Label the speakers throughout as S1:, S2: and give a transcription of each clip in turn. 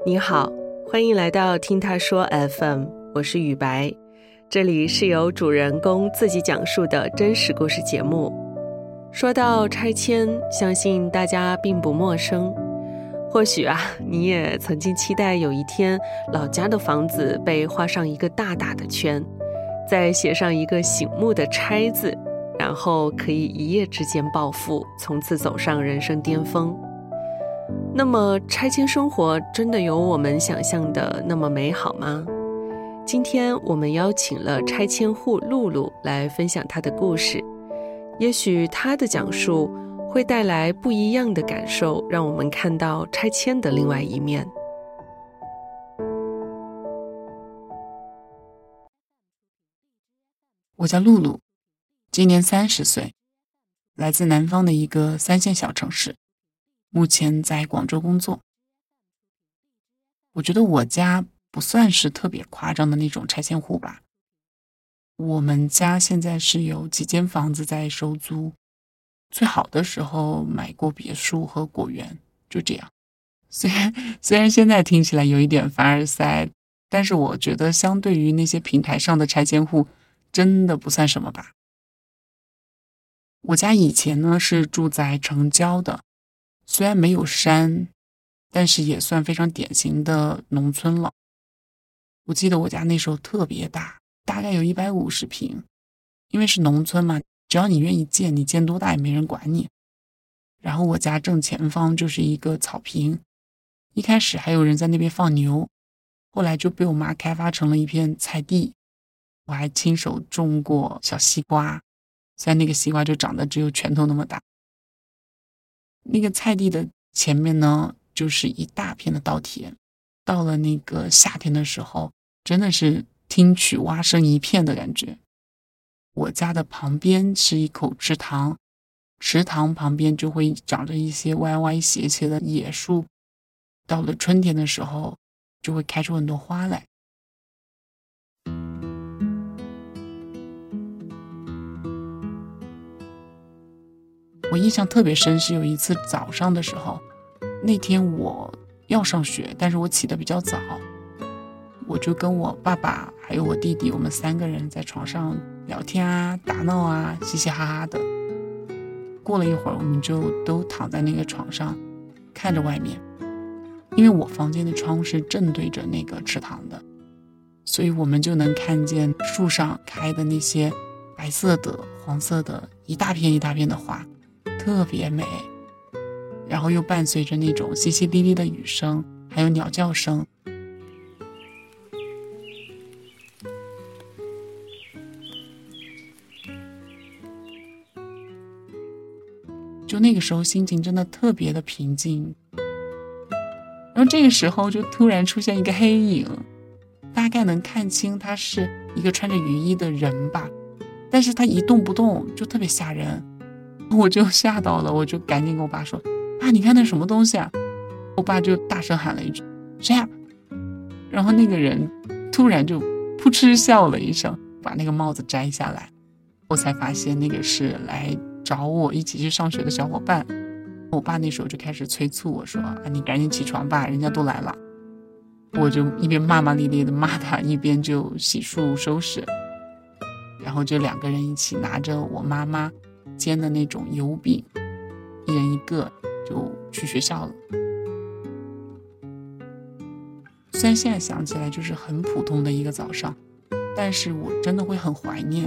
S1: 你好，欢迎来到听他说 FM， 我是雨白，这里是由主人公自己讲述的真实故事节目。说到拆迁，相信大家并不陌生。或许你也曾经期待有一天老家的房子被画上一个大大的圈，再写上一个醒目的拆字，然后可以一夜之间暴富，从此走上人生巅峰。那么拆迁生活真的有我们想象的那么美好吗？今天我们邀请了拆迁户露露来分享她的故事，也许她的讲述会带来不一样的感受，让我们看到拆迁的另外一面。
S2: 我叫露露，今年30岁，来自南方的一个3线小城市，目前在广州工作。我觉得我家不算是特别夸张的那种拆迁户吧。我们家现在是有几间房子在收租，最好的时候买过别墅和果园，就这样。虽然现在听起来有一点凡尔赛，但是我觉得相对于那些平台上的拆迁户，真的不算什么吧。我家以前呢是住在城郊的，虽然没有山，但是也算非常典型的农村了。我记得我家那时候特别大，大概有150平，因为是农村嘛，只要你愿意建，你建多大也没人管你。然后我家正前方就是一个草坪，一开始还有人在那边放牛，后来就被我妈开发成了一片菜地。我还亲手种过小西瓜，虽然那个西瓜就长得只有拳头那么大。那个菜地的前面呢，就是一大片的稻田。到了那个夏天的时候，真的是听取蛙声一片的感觉。我家的旁边是一口池塘，池塘旁边就会长着一些歪歪斜斜的野树，到了春天的时候就会开出很多花来。我印象特别深，是有一次早上的时候，那天我要上学，但是我起得比较早，我就跟我爸爸还有我弟弟，我们3个人在床上聊天啊，打闹啊，嘻嘻哈哈的。过了一会儿，我们就都躺在那个床上看着外面，因为我房间的窗是正对着那个池塘的，所以我们就能看见树上开的那些白色的、黄色的一大片一大片的花，特别美。然后又伴随着那种淅淅沥沥的雨声，还有鸟叫声。就那个时候心情真的特别的平静。然后这个时候就突然出现一个黑影，大概能看清他是一个穿着雨衣的人吧，但是他一动不动，就特别吓人。我就吓到了，我就赶紧跟我爸说，爸，你看那什么东西啊？我爸就大声喊了一句，谁呀？然后那个人突然就扑哧笑了一声，把那个帽子摘下来。我才发现那个是来找我一起去上学的小伙伴。我爸那时候就开始催促我说，你赶紧起床吧，人家都来了。我就一边骂骂咧咧的骂他，一边就洗漱收拾。然后就2个人一起拿着我妈妈煎的那种油饼，一人一个，就去学校了。虽然现在想起来就是很普通的一个早上，但是我真的会很怀念。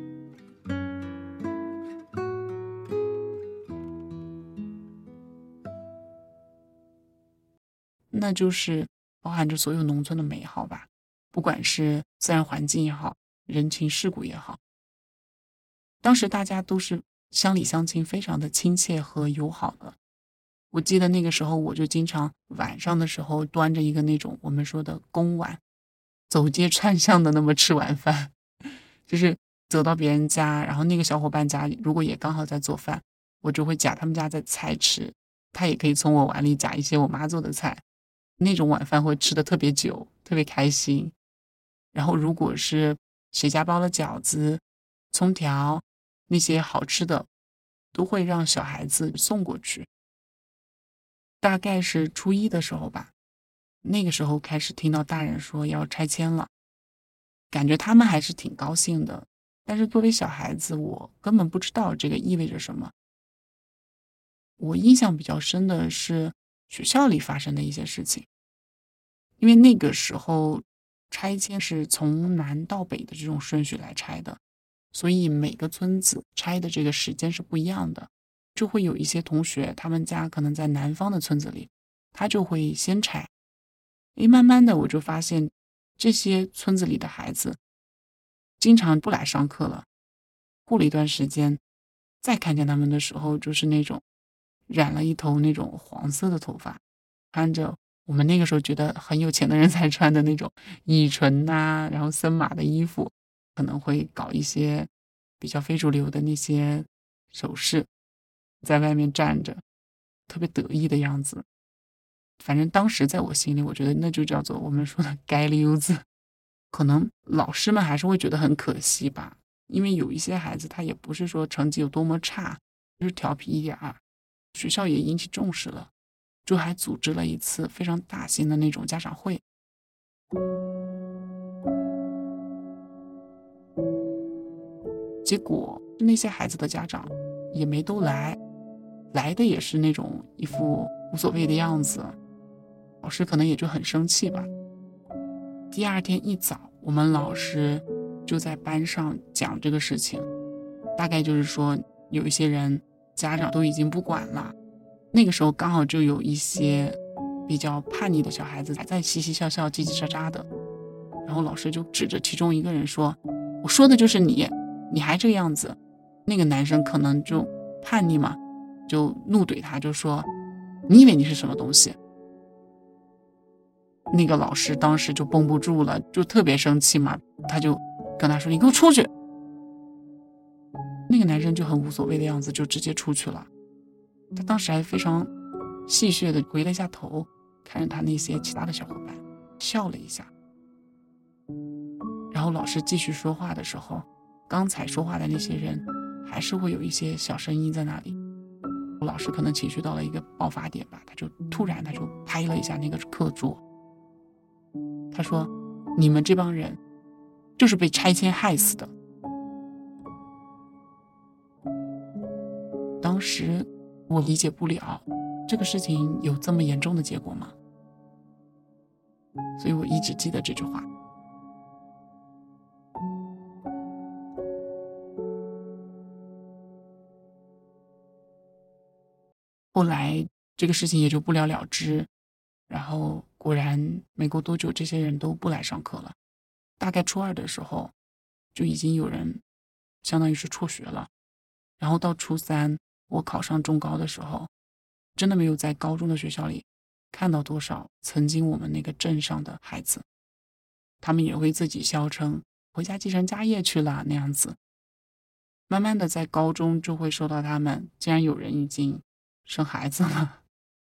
S2: 那就是包含着所有农村的美好吧，不管是自然环境也好，人情世故也好。当时大家都是乡里乡亲，非常的亲切和友好的。我记得那个时候我就经常晚上的时候端着一个那种我们说的公碗，走街串巷的那么吃晚饭，就是走到别人家，然后那个小伙伴家里如果也刚好在做饭，我就会夹他们家的菜吃，他也可以从我碗里夹一些我妈做的菜，那种晚饭会吃得特别久，特别开心。然后如果是谁家包了饺子、葱条，那些好吃的都会让小孩子送过去。大概是初1的时候吧， 那个时候开始听到大人说要拆迁了，感觉他们还是挺高兴的，但是作为小孩子，我根本不知道这个意味着什么。我印象比较深的是学校里发生的一些事情，因为那个时候拆迁是从南到北的这种顺序来拆的，所以每个村子拆的这个时间是不一样的。就会有一些同学，他们家可能在南方的村子里，他就会先拆。慢慢的我就发现这些村子里的孩子经常不来上课了，过了一段时间再看见他们的时候，就是那种染了一头那种黄色的头发，穿着我们那个时候觉得很有钱的人才穿的那种乙醇啊，然后森马的衣服，可能会搞一些比较非主流的那些首饰，在外面站着特别得意的样子。反正当时在我心里，我觉得那就叫做我们说的街溜子。可能老师们还是会觉得很可惜吧，因为有一些孩子他也不是说成绩有多么差，就是调皮一点儿，学校也引起重视了，就还组织了一次非常大型的那种家长会。结果那些孩子的家长也没都来，来的也是那种一副无所谓的样子，老师可能也就很生气吧。第二天一早，我们老师就在班上讲这个事情，大概就是说有一些人家长都已经不管了，那个时候刚好就有一些比较叛逆的小孩子还在嘻嘻笑笑叽叽喳喳的，然后老师就指着其中一个人说，我说的就是你，你还这个样子。那个男生可能就叛逆嘛，就怒怼他，就说你以为你是什么东西。那个老师当时就绷不住了，就特别生气嘛，他就跟他说，你给我出去。那个男生就很无所谓的样子，就直接出去了。他当时还非常戏谑的回了一下头，看着他那些其他的小伙伴笑了一下。然后老师继续说话的时候，刚才说话的那些人还是会有一些小声音在那里。老师可能情绪到了一个爆发点吧，他就突然拍了一下那个课桌，他说，你们这帮人就是被拆迁害死的。当时我理解不了这个事情有这么严重的结果吗？所以我一直记得这句话。后来这个事情也就不了了之，然后果然没过多久这些人都不来上课了。大概初2的时候就已经有人相当于是辍学了，然后到初3我考上中高的时候，真的没有在高中的学校里看到多少曾经我们那个镇上的孩子，他们也会自己笑称回家继承家业去了那样子。慢慢的在高中就会收到他们竟然有人已经生孩子了。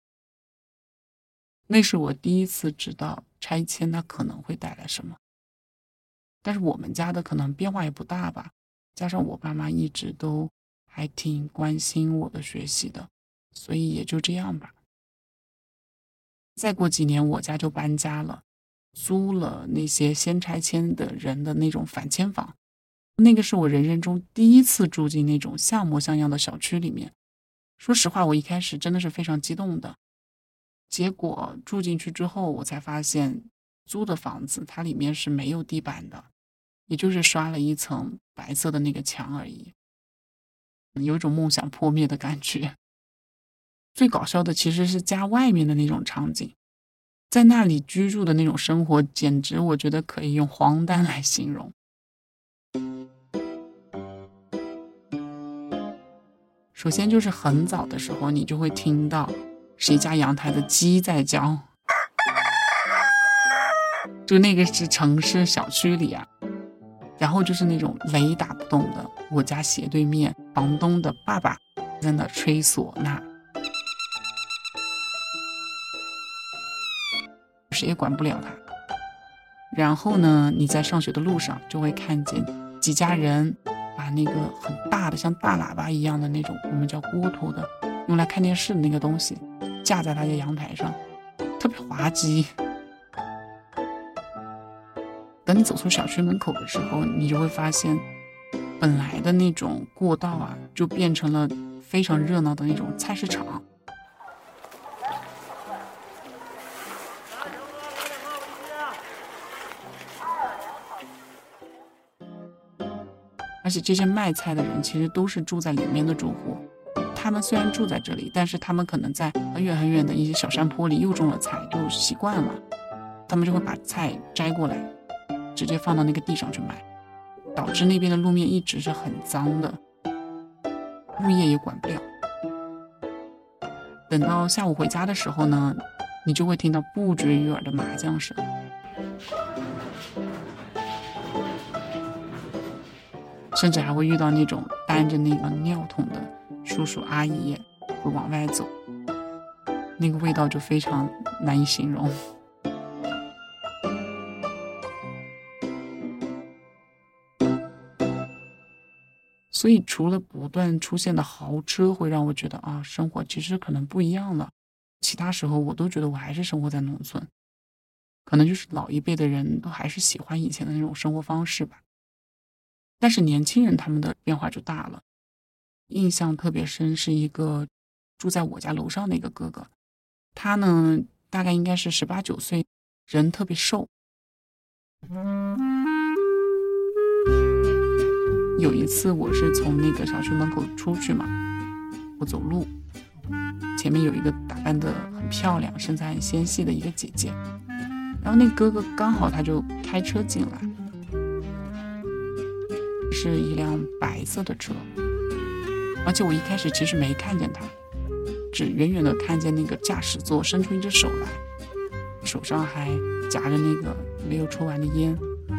S2: 那是我第一次知道拆迁它可能会带来什么。但是我们家的可能变化也不大吧，加上我爸妈一直都还挺关心我的学习的，所以也就这样吧。再过几年我家就搬家了，租了那些先拆迁的人的那种反迁房，那个是我人生中第一次住进那种像模像样的小区里面。说实话，我一开始真的是非常激动的，结果住进去之后我才发现租的房子它里面是没有地板的，也就是刷了一层白色的那个墙而已，有一种梦想破灭的感觉。最搞笑的其实是家外面的那种场景，在那里居住的那种生活简直我觉得可以用荒诞来形容。首先就是很早的时候你就会听到谁家阳台的鸡在叫，就那个是城市小区里啊。然后就是那种雷打不动的我家斜对面房东的爸爸在那吹唢呐，谁也管不了他。然后呢，你在上学的路上就会看见几家人把那个很大的像大喇叭一样的那种我们叫锅头的用来看电视的那个东西架在他的阳台上，特别滑稽。 等你走出小区门口的时候，你就会发现本来的那种过道啊，就变成了非常热闹的那种菜市场。而且这些卖菜的人其实都是住在里面的住户，他们虽然住在这里，但是他们可能在很远很远的一些小山坡里又种了菜，就习惯了，他们就会把菜摘过来直接放到那个地上去卖，导致那边的路面一直是很脏的，物业也管不了。等到下午回家的时候呢，你就会听到不绝于耳的麻将声，甚至还会遇到那种担着那个尿桶的叔叔阿姨会往外走，那个味道就非常难以形容。所以除了不断出现的豪车会让我觉得啊，生活其实可能不一样了，其他时候我都觉得我还是生活在农村，可能就是老一辈的人都还是喜欢以前的那种生活方式吧。但是年轻人他们的变化就大了，印象特别深是一个住在我家楼上的一个哥哥，他呢大概应该是18、19岁，人特别瘦。有一次我是从那个小区门口出去嘛，我走路，前面有一个打扮得很漂亮、身材很纤细的一个姐姐，然后那哥哥刚好他就开车进来，是一辆白色的车，而且我一开始其实没看见他，只远远的看见那个驾驶座伸出一只手来，手上还夹着那个没有抽完的烟。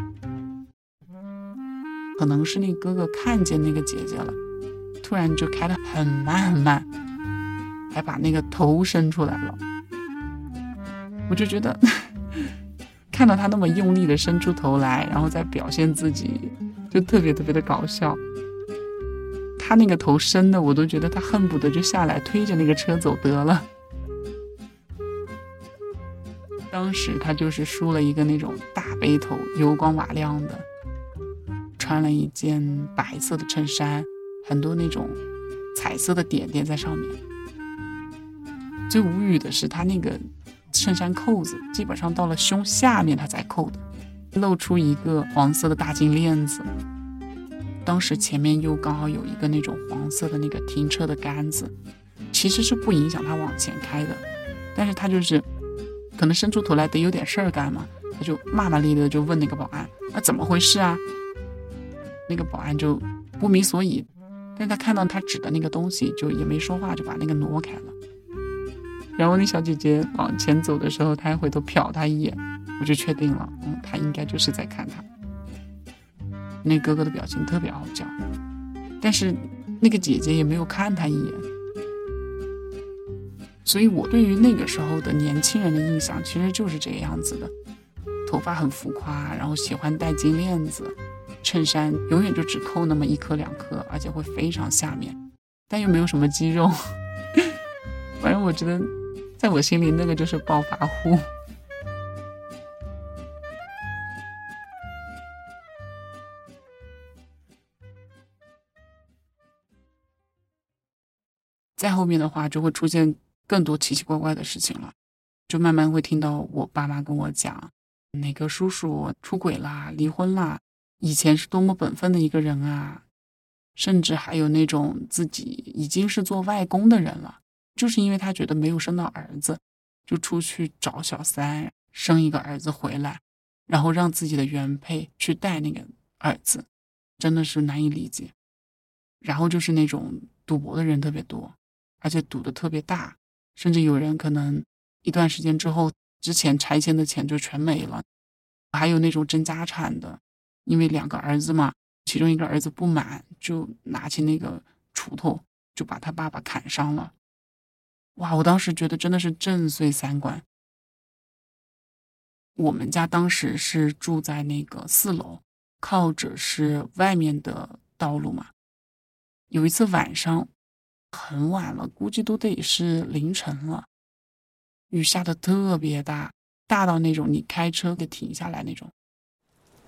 S2: 可能是那哥哥看见那个姐姐了，突然就开得很慢很慢，还把那个头伸出来了。我就觉得看到他那么用力的伸出头来，然后再表现自己，就特别特别的搞笑。他那个头伸的我都觉得他恨不得就下来推着那个车走得了。当时他就是梳了一个那种大背头，油光瓦亮的，穿了一件白色的衬衫，很多那种彩色的点点在上面。最无语的是他那个衬衫扣子基本上到了胸下面他才扣的，露出一个黄色的大金链子。当时前面又刚好有一个那种黄色的那个停车的杆子，其实是不影响他往前开的，但是他就是可能伸出头来得有点事儿干嘛，他就骂骂咧咧的就问那个保安啊，怎么回事啊？那个保安就不明所以，但是他看到他指的那个东西就也没说话，就把那个挪开了。然后那小姐姐往前走的时候，他还回头瞟他一眼，我就确定了，他应该就是在看他。那哥哥的表情特别傲娇，但是那个姐姐也没有看他一眼。所以我对于那个时候的年轻人的印象其实就是这个样子的，头发很浮夸，然后喜欢戴金链子，衬衫永远就只扣那么1颗2颗，而且会非常下面，但又没有什么肌肉。反正我觉得在我心里那个就是暴发户。再后面的话就会出现更多奇奇怪怪的事情了，就慢慢会听到我爸妈跟我讲哪个叔叔出轨啦，离婚啦，以前是多么本分的一个人啊，甚至还有那种自己已经是做外公的人了，就是因为他觉得没有生到儿子，就出去找小三，生一个儿子回来，然后让自己的原配去带那个儿子，真的是难以理解。然后就是那种赌博的人特别多，而且赌得特别大，甚至有人可能一段时间之后，之前拆迁的钱就全没了。还有那种争家产的，因为2个儿子嘛，其中一个儿子不满，就拿起那个锄头就把他爸爸砍伤了。哇，我当时觉得真的是震碎3观。我们家当时是住在那个4楼，靠着是外面的道路嘛。有一次晚上很晚了，估计都得是凌晨了，雨下得特别大，大到那种你开车给停下来那种。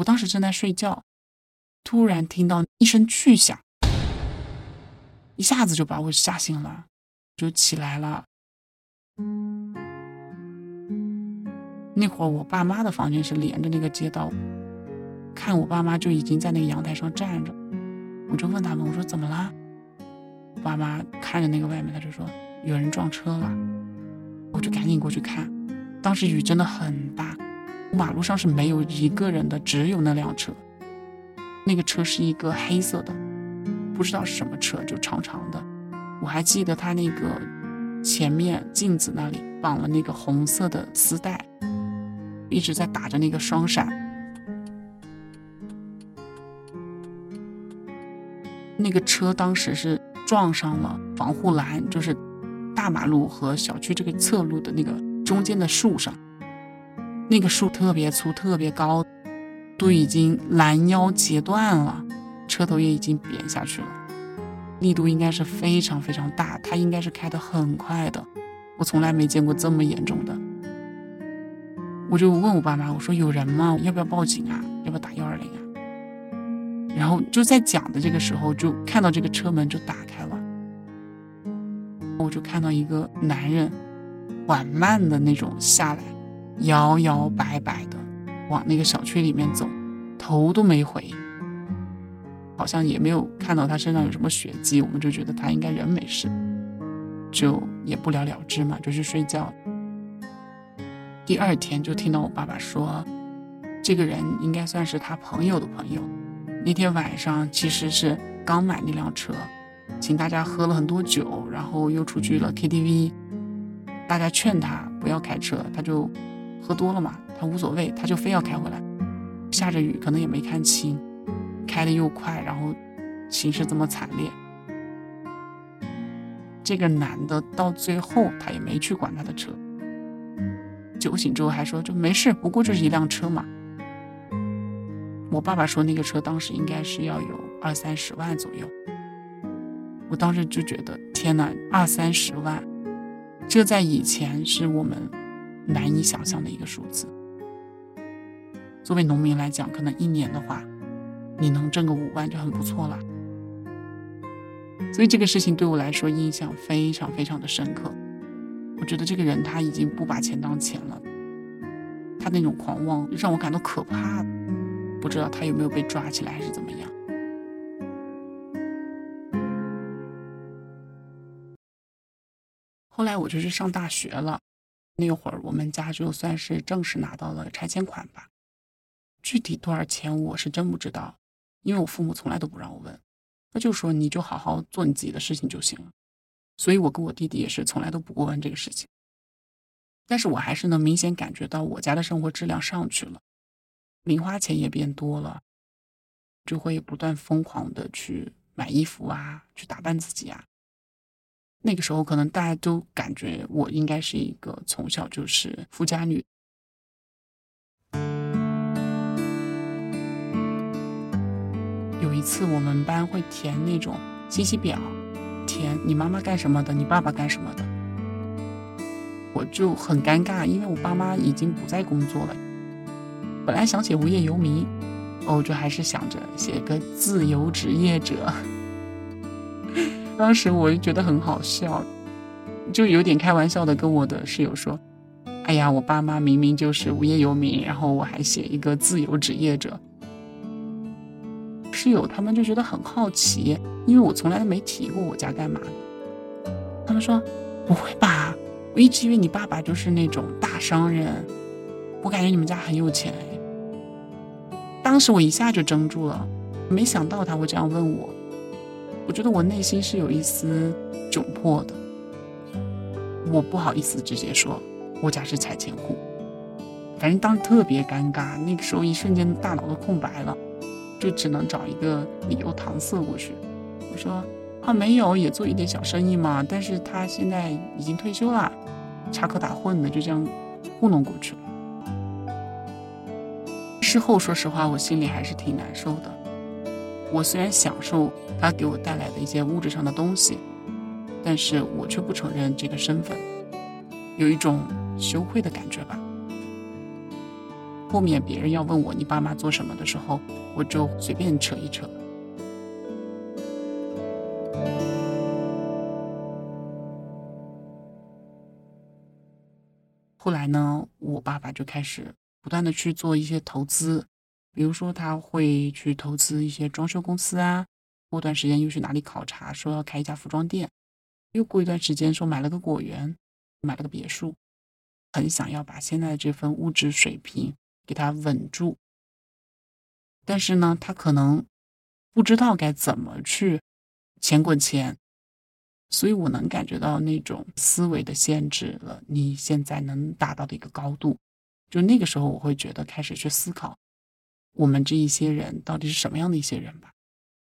S2: 我当时正在睡觉，突然听到一声巨响，一下子就把我吓醒了，就起来了。那会儿我爸妈的房间是连着那个街道，看我爸妈就已经在那个阳台上站着，我就问他们，我说怎么啦？我爸妈看着那个外面，他就说有人撞车了。我就赶紧过去看，当时雨真的很大，马路上是没有一个人的，只有那辆车。那个车是一个黑色的，不知道是什么车，就长长的。我还记得他那个前面镜子那里绑了那个红色的丝带，一直在打着那个双闪。那个车当时是撞上了防护栏，就是大马路和小区这个侧路的那个中间的树上，那个树特别粗特别高，都已经拦腰截断了，车头也已经扁下去了，力度应该是非常非常大，它应该是开得很快的，我从来没见过这么严重的。我就问我爸妈，我说有人吗？要不要报警啊？要不要打120啊？然后就在讲的这个时候，就看到这个车门就打开了，我就看到一个男人缓慢的那种下来，摇摇摆摆的往那个小区里面走，头都没回，好像也没有看到他身上有什么血迹，我们就觉得他应该人没事，就也不了了之嘛，就去睡觉。第二天就听到我爸爸说，这个人应该算是他朋友的朋友，那天晚上其实是刚买那辆车，请大家喝了很多酒，然后又出去了 KTV， 大家劝他不要开车，他就喝多了嘛，他无所谓，他就非要开回来，下着雨可能也没看清，开得又快，然后形势这么惨烈。这个男的到最后他也没去管他的车，酒醒之后还说就没事，不过就是一辆车嘛。我爸爸说那个车当时应该是要有20-30万左右，我当时就觉得天哪，20-30万，这在以前是我们难以想象的一个数字。作为农民来讲，可能一年的话你能挣个5万就很不错了。所以这个事情对我来说印象非常非常的深刻。我觉得这个人他已经不把钱当钱了，他那种狂妄让我感到可怕，不知道他有没有被抓起来还是怎么样。后来我就去上大学了，那会儿我们家就算是正式拿到了拆迁款吧，具体多少钱我是真不知道，因为我父母从来都不让我问，他就说你就好好做你自己的事情就行了，所以我跟我弟弟也是从来都不过问这个事情。但是我还是能明显感觉到我家的生活质量上去了，零花钱也变多了，就会不断疯狂的去买衣服啊，去打扮自己啊。那个时候可能大家都感觉我应该是一个从小就是富家女。有一次我们班会填那种信息表，填你妈妈干什么的，你爸爸干什么的，我就很尴尬，因为我爸妈已经不在工作了。本来想写无业游民，我就还是想着写个自由职业者。当时我就觉得很好笑，就有点开玩笑的跟我的室友说，哎呀，我爸妈明明就是无业游民，然后我还写一个自由职业者。室友他们就觉得很好奇，因为我从来都没提过我家干嘛的。他们说不会吧，我一直以为你爸爸就是那种大商人，我感觉你们家很有钱。当时我一下就怔住了，没想到他会这样问我，我觉得我内心是有一丝窘迫的，我不好意思直接说我家是拆迁户，反正当时特别尴尬，那个时候一瞬间大脑都空白了，就只能找一个理由搪塞过去。我说没有，也做一点小生意嘛，但是他现在已经退休了，插科打诨的就这样糊弄过去了。事后说实话我心里还是挺难受的，我虽然享受他给我带来的一些物质上的东西，但是我却不承认这个身份，有一种羞愧的感觉吧。 后面别人要问我你爸妈做什么的时候，我就随便扯一扯。后来呢，我爸爸就开始不断的去做一些投资，比如说他会去投资一些装修公司啊，过段时间又去哪里考察，说要开一家服装店，又过一段时间说买了个果园，买了个别墅，很想要把现在的这份物质水平给它稳住。但是呢，他可能不知道该怎么去钱滚钱，所以我能感觉到那种思维的限制了你现在能达到的一个高度。就那个时候我会觉得开始去思考我们这一些人到底是什么样的一些人吧。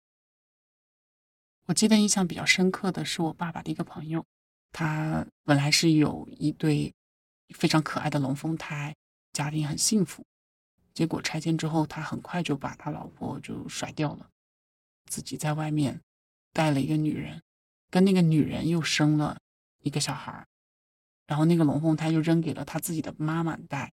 S2: 我记得印象比较深刻的是我爸爸的一个朋友，他本来是有一对非常可爱的龙凤胎，家庭很幸福，结果拆迁之后他很快就把他老婆就甩掉了，自己在外面带了一个女人，跟那个女人又生了一个小孩，然后那个龙凤胎就扔给了他自己的妈妈带。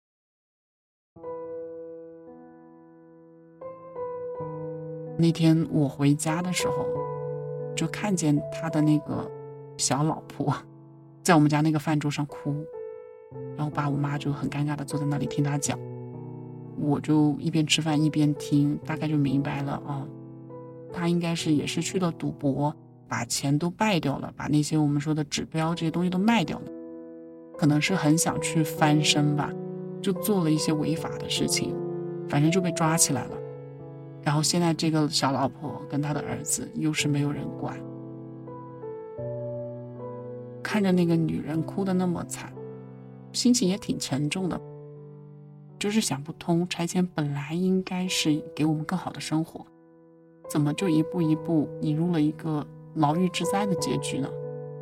S2: 那天我回家的时候，就看见他的那个小老婆在我们家那个饭桌上哭，然后爸我妈就很尴尬的坐在那里听他讲。我就一边吃饭一边听，大概就明白了他应该是也是去了赌博，把钱都败掉了，把那些我们说的指标这些东西都卖掉了，可能是很想去翻身吧，就做了一些违法的事情，反正就被抓起来了。然后现在这个小老婆跟他的儿子又是没有人管，看着那个女人哭得那么惨，心情也挺沉重的，就是想不通，拆迁本来应该是给我们更好的生活，怎么就一步一步引入了一个牢狱之灾的结局呢？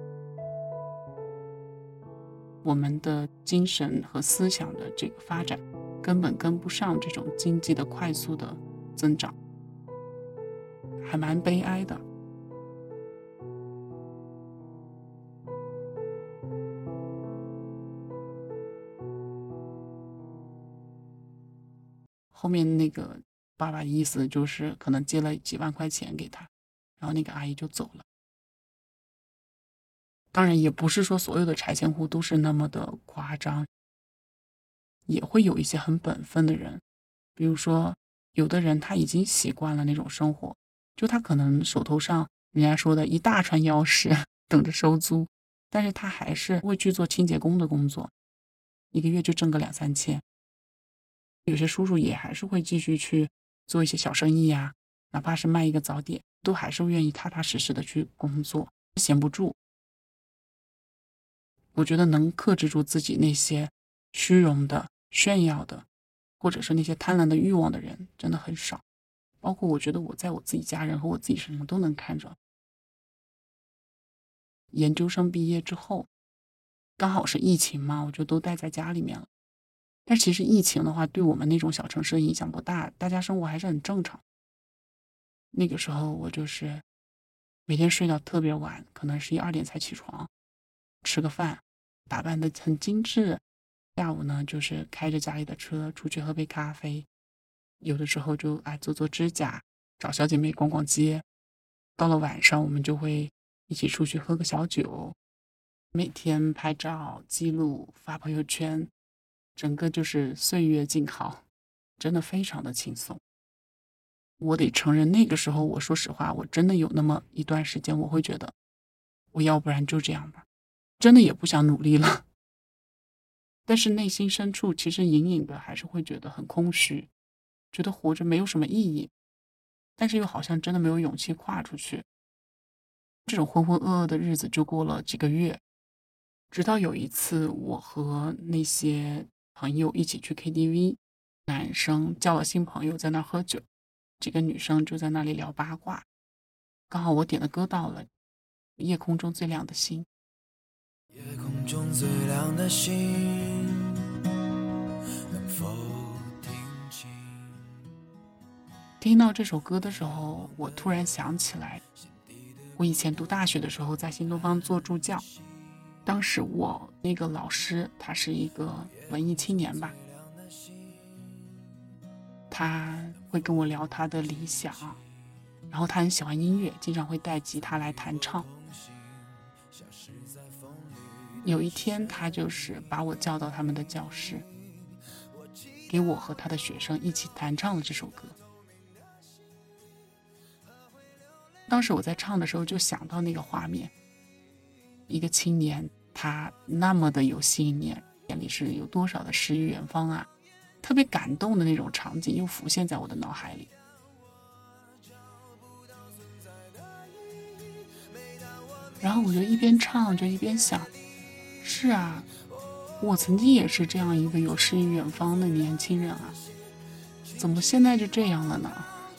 S2: 我们的精神和思想的这个发展根本跟不上这种经济的快速的增长，还蛮悲哀的。后面那个爸爸意思就是可能借了几万块钱给他，然后那个阿姨就走了。当然也不是说所有的拆迁户都是那么的夸张，也会有一些很本分的人，比如说有的人他已经习惯了那种生活，就他可能手头上人家说的一大串钥匙等着收租，但是他还是会去做清洁工的工作，一个月就挣个2-3千。有些叔叔也还是会继续去做一些小生意啊，哪怕是卖一个早点，都还是愿意踏踏实实的去工作，闲不住。我觉得能克制住自己那些虚荣的、炫耀的，或者是那些贪婪的欲望的人真的很少。包括我觉得我在我自己家人和我自己身上都能看着。研究生毕业之后，刚好是疫情嘛，我就都待在家里面了。但其实疫情的话，对我们那种小城市影响不大，大家生活还是很正常。那个时候我就是每天睡到特别晚，可能11-12点才起床，吃个饭，打扮得很精致。下午呢，就是开着家里的车出去喝杯咖啡，有的时候就做做指甲，找小姐妹逛逛街。到了晚上，我们就会一起出去喝个小酒，每天拍照记录发朋友圈，整个就是岁月静好，真的非常的轻松。我得承认那个时候，我说实话，我真的有那么一段时间，我会觉得我要不然就这样吧，真的也不想努力了。但是内心深处其实隐隐的还是会觉得很空虚，觉得活着没有什么意义，但是又好像真的没有勇气跨出去。这种浑浑噩噩的日子就过了几个月，直到有一次我和那些朋友一起去 KTV， 男生叫了新朋友在那喝酒，几个女生就在那里聊八卦，刚好我点的歌到了夜空中最亮的星。
S3: 夜空中最亮的星，能否听清？
S2: 听到这首歌的时候，我突然想起来，我以前读大学的时候在新东方做助教，当时我那个老师他是一个文艺青年吧， 他会跟我聊他的理想，然后他很喜欢音乐，经常会带吉他来弹唱。有一天他就是把我叫到他们的教室，给我和他的学生一起弹唱了这首歌。当时我在唱的时候就想到那个画面，一个青年他那么的有信念，眼里是有多少的诗与远方啊，特别感动的那种场景又浮现在我的脑海里。然后我就一边唱就一边想，是啊，我曾经也是这样一个有诗与远方的年轻人啊，怎么现在就这样了呢？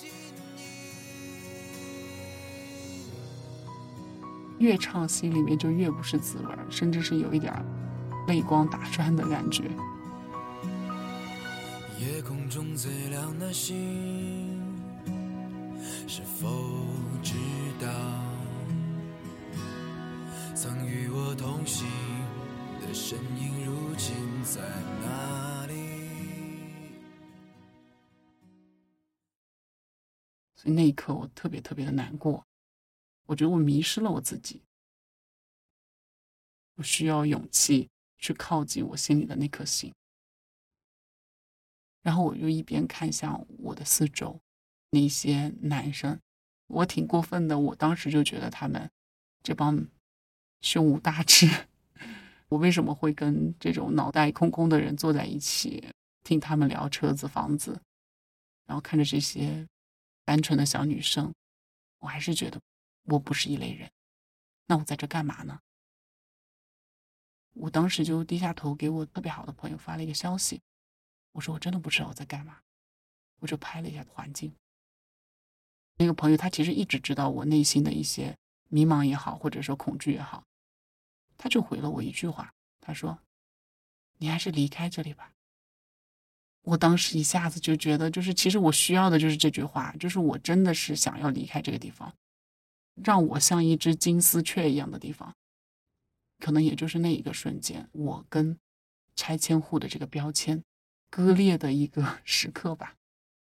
S2: 越唱心里面就越不是滋味，甚至是有一点泪光打转的感觉。
S3: 夜空中最亮的星，是否知道曾与我同行的身影如今在哪里？
S2: 所以那一刻我特别特别的难过，我觉得我迷失了我自己，我需要勇气去靠近我心里的那颗心。然后我就一边看向我的四周那些男生，我挺过分的，我当时就觉得他们这帮胸无大志，我为什么会跟这种脑袋空空的人坐在一起，听他们聊车子房子，然后看着这些单纯的小女生，我还是觉得我不是一类人，那我在这干嘛呢？我当时就低下头给我特别好的朋友发了一个消息，我说我真的不知道我在干嘛，我就拍了一下环境。那个朋友他其实一直知道我内心的一些迷茫也好，或者说恐惧也好，他就回了我一句话，他说你还是离开这里吧。我当时一下子就觉得，就是其实我需要的就是这句话，就是我真的是想要离开这个地方，让我像一只金丝雀一样的地方。可能也就是那一个瞬间，我跟拆迁户的这个标签割裂的一个时刻吧。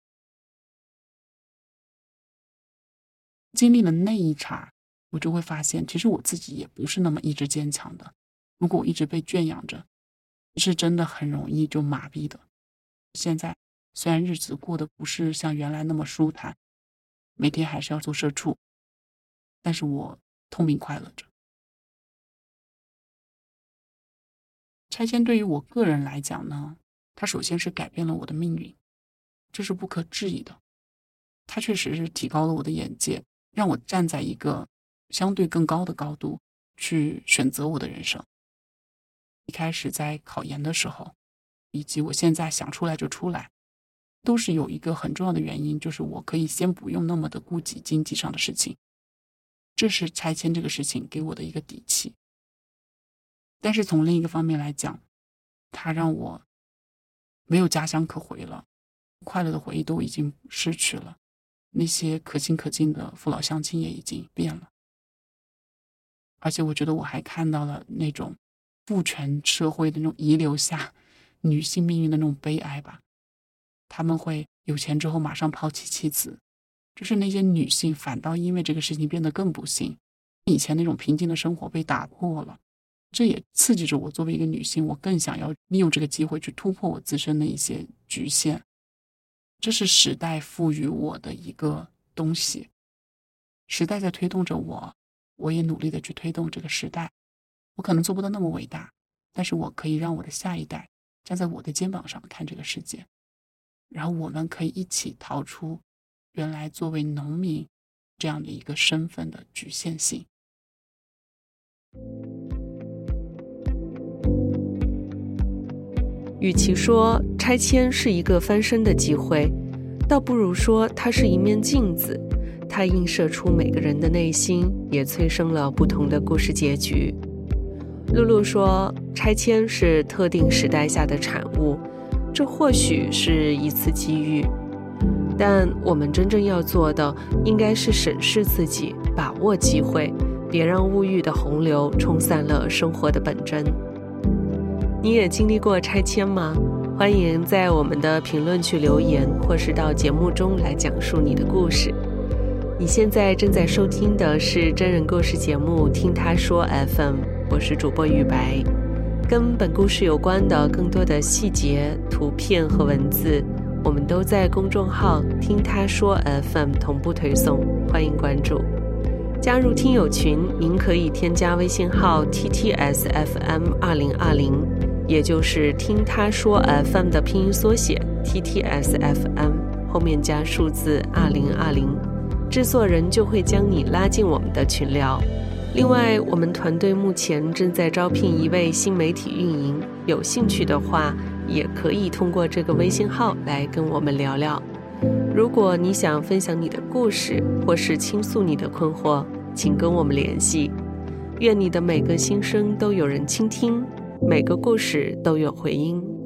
S2: 经历了那一茬，我就会发现其实我自己也不是那么意志坚强的，如果我一直被圈养着，是真的很容易就麻痹的。现在虽然日子过得不是像原来那么舒坦，每天还是要做社畜，但是我痛并快乐着。拆迁对于我个人来讲呢，它首先是改变了我的命运，这是不可置疑的。它确实是提高了我的眼界，让我站在一个相对更高的高度去选择我的人生。一开始在考研的时候，以及我现在想出来就出来，都是有一个很重要的原因，就是我可以先不用那么的顾及经济上的事情，这是拆迁这个事情给我的一个底气。但是从另一个方面来讲，它让我没有家乡可回了，快乐的回忆都已经失去了，那些可亲可敬的父老乡亲也已经变了。而且我觉得我还看到了那种父权社会的那种遗留下女性命运的那种悲哀吧。他们会有钱之后马上抛弃妻子，就是那些女性反倒因为这个事情变得更不幸，以前那种平静的生活被打破了。这也刺激着我作为一个女性，我更想要利用这个机会去突破我自身的一些局限。这是时代赋予我的一个东西，时代在推动着我，我也努力的去推动这个时代。我可能做不到那么伟大，但是我可以让我的下一代站在我的肩膀上看这个世界，然后我们可以一起逃出原来作为农民这样的一个身份的局限性。
S1: 与其说拆迁是一个翻身的机会，倒不如说它是一面镜子，它映射出每个人的内心，也催生了不同的故事结局。露露说，拆迁是特定时代下的产物，这或许是一次机遇，但我们真正要做的应该是审视自己，把握机会，别让物欲的洪流冲散了生活的本真。你也经历过拆迁吗？ 欢迎在我们的评论区留言，或是到节目中来讲述你的故事。你现在正在收听的是真人故事节目听他说 FM， 我是主播雨白。跟本故事有关的更多的细节、图片和文字，我们都在公众号听他说 FM 同步推送，欢迎关注。加入听友群，您可以添加微信号 TTSFM2020， 也就是听他说 FM 的拼音缩写 TTSFM 后面加数字2020，制作人就会将你拉进我们的群聊。另外，我们团队目前正在招聘一位新媒体运营，有兴趣的话也可以通过这个微信号来跟我们聊聊。如果你想分享你的故事，或是倾诉你的困惑，请跟我们联系。愿你的每个心声都有人倾听，每个故事都有回音。